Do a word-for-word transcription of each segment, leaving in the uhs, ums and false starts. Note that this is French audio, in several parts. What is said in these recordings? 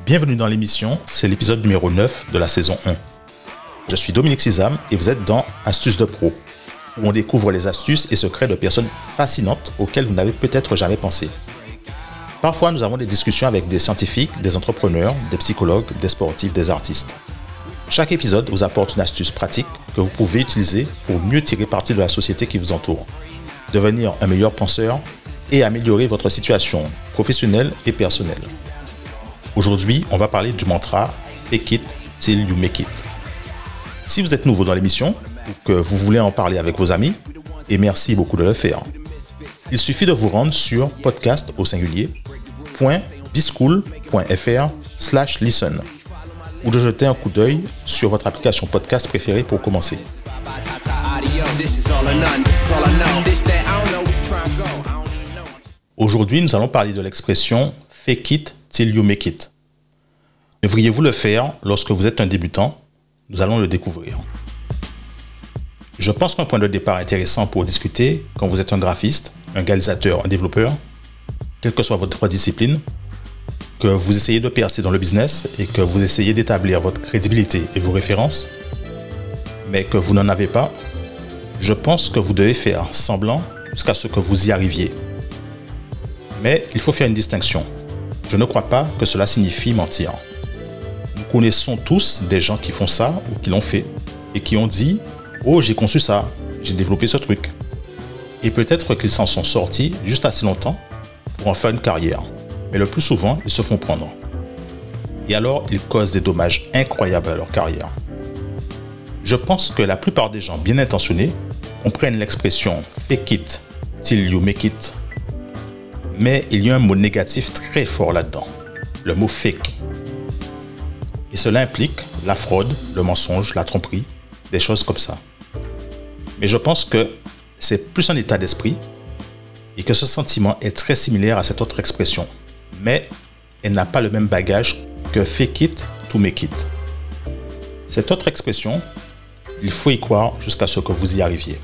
Bienvenue dans l'émission, c'est l'épisode numéro neuf de la saison un. Je suis Dominique Sizam et vous êtes dans Astuces de Pro, où on découvre les astuces et secrets de personnes fascinantes auxquelles vous n'avez peut-être jamais pensé. Parfois, nous avons des discussions avec des scientifiques, des entrepreneurs, des psychologues, des sportifs, des artistes. Chaque épisode vous apporte une astuce pratique que vous pouvez utiliser pour mieux tirer parti de la société qui vous entoure, devenir un meilleur penseur et améliorer votre situation professionnelle et personnelle. Aujourd'hui, on va parler du mantra « Fake it till you make it ». Si vous êtes nouveau dans l'émission ou que vous voulez en parler avec vos amis, et merci beaucoup de le faire, il suffit de vous rendre sur podcast au singulier .bischool.fr slash listen ou de jeter un coup d'œil sur votre application podcast préférée pour commencer. Aujourd'hui, nous allons parler de l'expression « Fake it till you make it ». Devriez-vous le faire lorsque vous êtes un débutant ? Nous allons le découvrir. Je pense qu'un point de départ intéressant pour discuter quand vous êtes un graphiste, un réalisateur, un développeur, quelle que soit votre discipline, que vous essayez de percer dans le business et que vous essayez d'établir votre crédibilité et vos références, mais que vous n'en avez pas, je pense que vous devez faire semblant jusqu'à ce que vous y arriviez. Mais il faut faire une distinction. Je ne crois pas que cela signifie mentir. Nous connaissons tous des gens qui font ça ou qui l'ont fait et qui ont dit « Oh, j'ai conçu ça, j'ai développé ce truc ». Et peut-être qu'ils s'en sont sortis juste assez longtemps pour en faire une carrière. Mais le plus souvent, ils se font prendre. Et alors, ils causent des dommages incroyables à leur carrière. Je pense que la plupart des gens bien intentionnés comprennent l'expression « fake it till you make it ». Mais il y a un mot négatif très fort là-dedans, le mot « fake ». Et cela implique la fraude, le mensonge, la tromperie, des choses comme ça. Mais je pense que c'est plus un état d'esprit et que ce sentiment est très similaire à cette autre expression. Mais elle n'a pas le même bagage que « fake it to make it ». Cette autre expression, il faut y croire jusqu'à ce que vous y arriviez.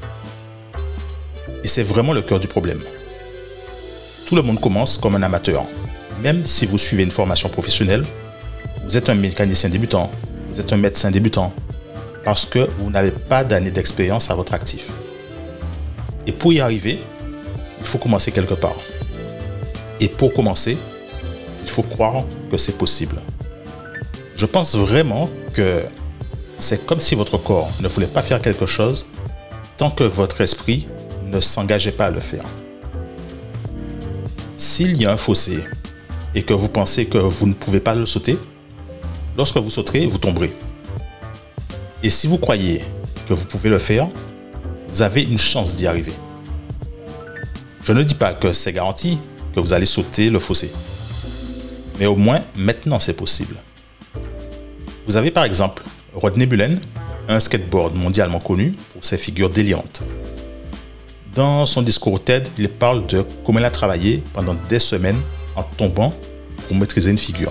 Et c'est vraiment le cœur du problème. Tout le monde commence comme un amateur. Même si vous suivez une formation professionnelle, vous êtes un mécanicien débutant, vous êtes un médecin débutant, parce que vous n'avez pas d'années d'expérience à votre actif. Et pour y arriver, il faut commencer quelque part. Et pour commencer, il faut croire que c'est possible. Je pense vraiment que c'est comme si votre corps ne voulait pas faire quelque chose tant que votre esprit ne s'engageait pas à le faire. S'il y a un fossé et que vous pensez que vous ne pouvez pas le sauter, lorsque vous sauterez, vous tomberez. Et si vous croyez que vous pouvez le faire, vous avez une chance d'y arriver. Je ne dis pas que c'est garanti que vous allez sauter le fossé. Mais au moins, maintenant, c'est possible. Vous avez par exemple Rodney Mullen, un skateboard mondialement connu pour ses figures délirantes. Dans son discours TED, il parle de comment il a travaillé pendant des semaines en tombant pour maîtriser une figure.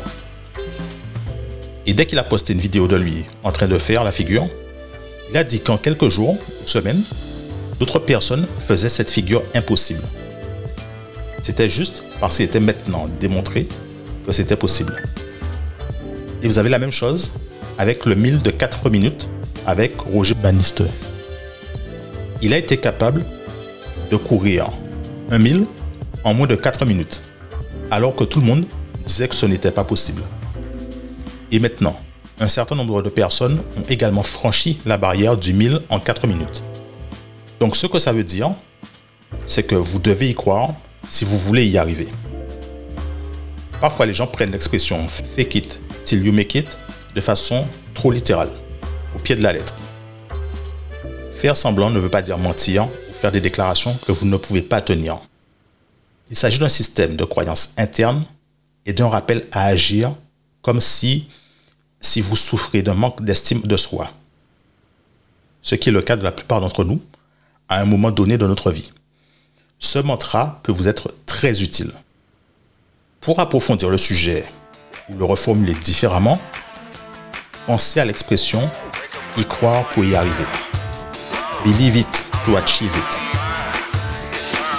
Et dès qu'il a posté une vidéo de lui en train de faire la figure, il a dit qu'en quelques jours ou semaines, d'autres personnes faisaient cette figure impossible. C'était juste parce qu'il était maintenant démontré que c'était possible. Et vous avez la même chose avec le mille de quatre minutes avec Roger Bannister. Il a été capable de courir un mille en moins de quatre minutes, alors que tout le monde disait que ce n'était pas possible. Et maintenant, un certain nombre de personnes ont également franchi la barrière du mille en quatre minutes. Donc ce que ça veut dire, c'est que vous devez y croire si vous voulez y arriver. Parfois, les gens prennent l'expression « fake it till you make it » de façon trop littérale, au pied de la lettre. Faire semblant ne veut pas dire mentir ou faire des déclarations que vous ne pouvez pas tenir. Il s'agit d'un système de croyances internes et d'un rappel à agir comme si, si vous souffrez d'un manque d'estime de soi. Ce qui est le cas de la plupart d'entre nous à un moment donné de notre vie. Ce mantra peut vous être très utile. Pour approfondir le sujet ou le reformuler différemment, pensez à l'expression « y croire pour y arriver ». Believe it to achieve it.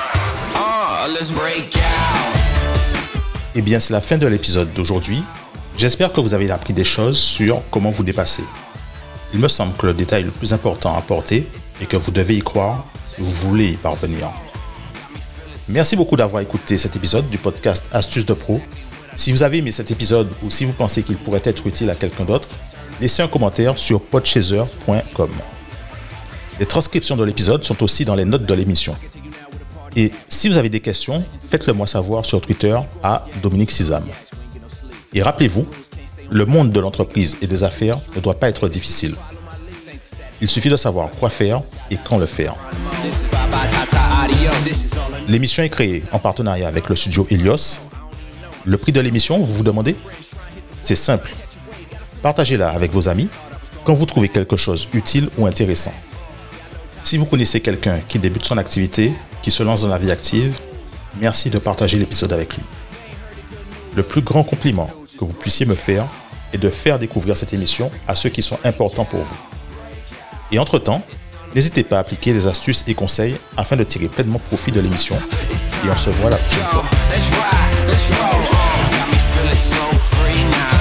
Eh bien, c'est la fin de l'épisode d'aujourd'hui. J'espère que vous avez appris des choses sur comment vous dépasser. Il me semble que le détail le plus important à apporter est que vous devez y croire si vous voulez y parvenir. Merci beaucoup d'avoir écouté cet épisode du podcast Astuces de Pro. Si vous avez aimé cet épisode ou si vous pensez qu'il pourrait être utile à quelqu'un d'autre, laissez un commentaire sur podchaser point com. Les transcriptions de l'épisode sont aussi dans les notes de l'émission. Et si vous avez des questions, faites-le moi savoir sur Twitter à Dominique Sizam. Et rappelez-vous, le monde de l'entreprise et des affaires ne doit pas être difficile. Il suffit de savoir quoi faire et quand le faire. L'émission est créée en partenariat avec le studio Helios. Le prix de l'émission, vous vous demandez ? C'est simple. Partagez-la avec vos amis quand vous trouvez quelque chose utile ou intéressant. Si vous connaissez quelqu'un qui débute son activité, qui se lance dans la vie active, merci de partager l'épisode avec lui. Le plus grand compliment que vous puissiez me faire est de faire découvrir cette émission à ceux qui sont importants pour vous. Et entre-temps, n'hésitez pas à appliquer des astuces et conseils afin de tirer pleinement profit de l'émission. Et on se voit la prochaine fois.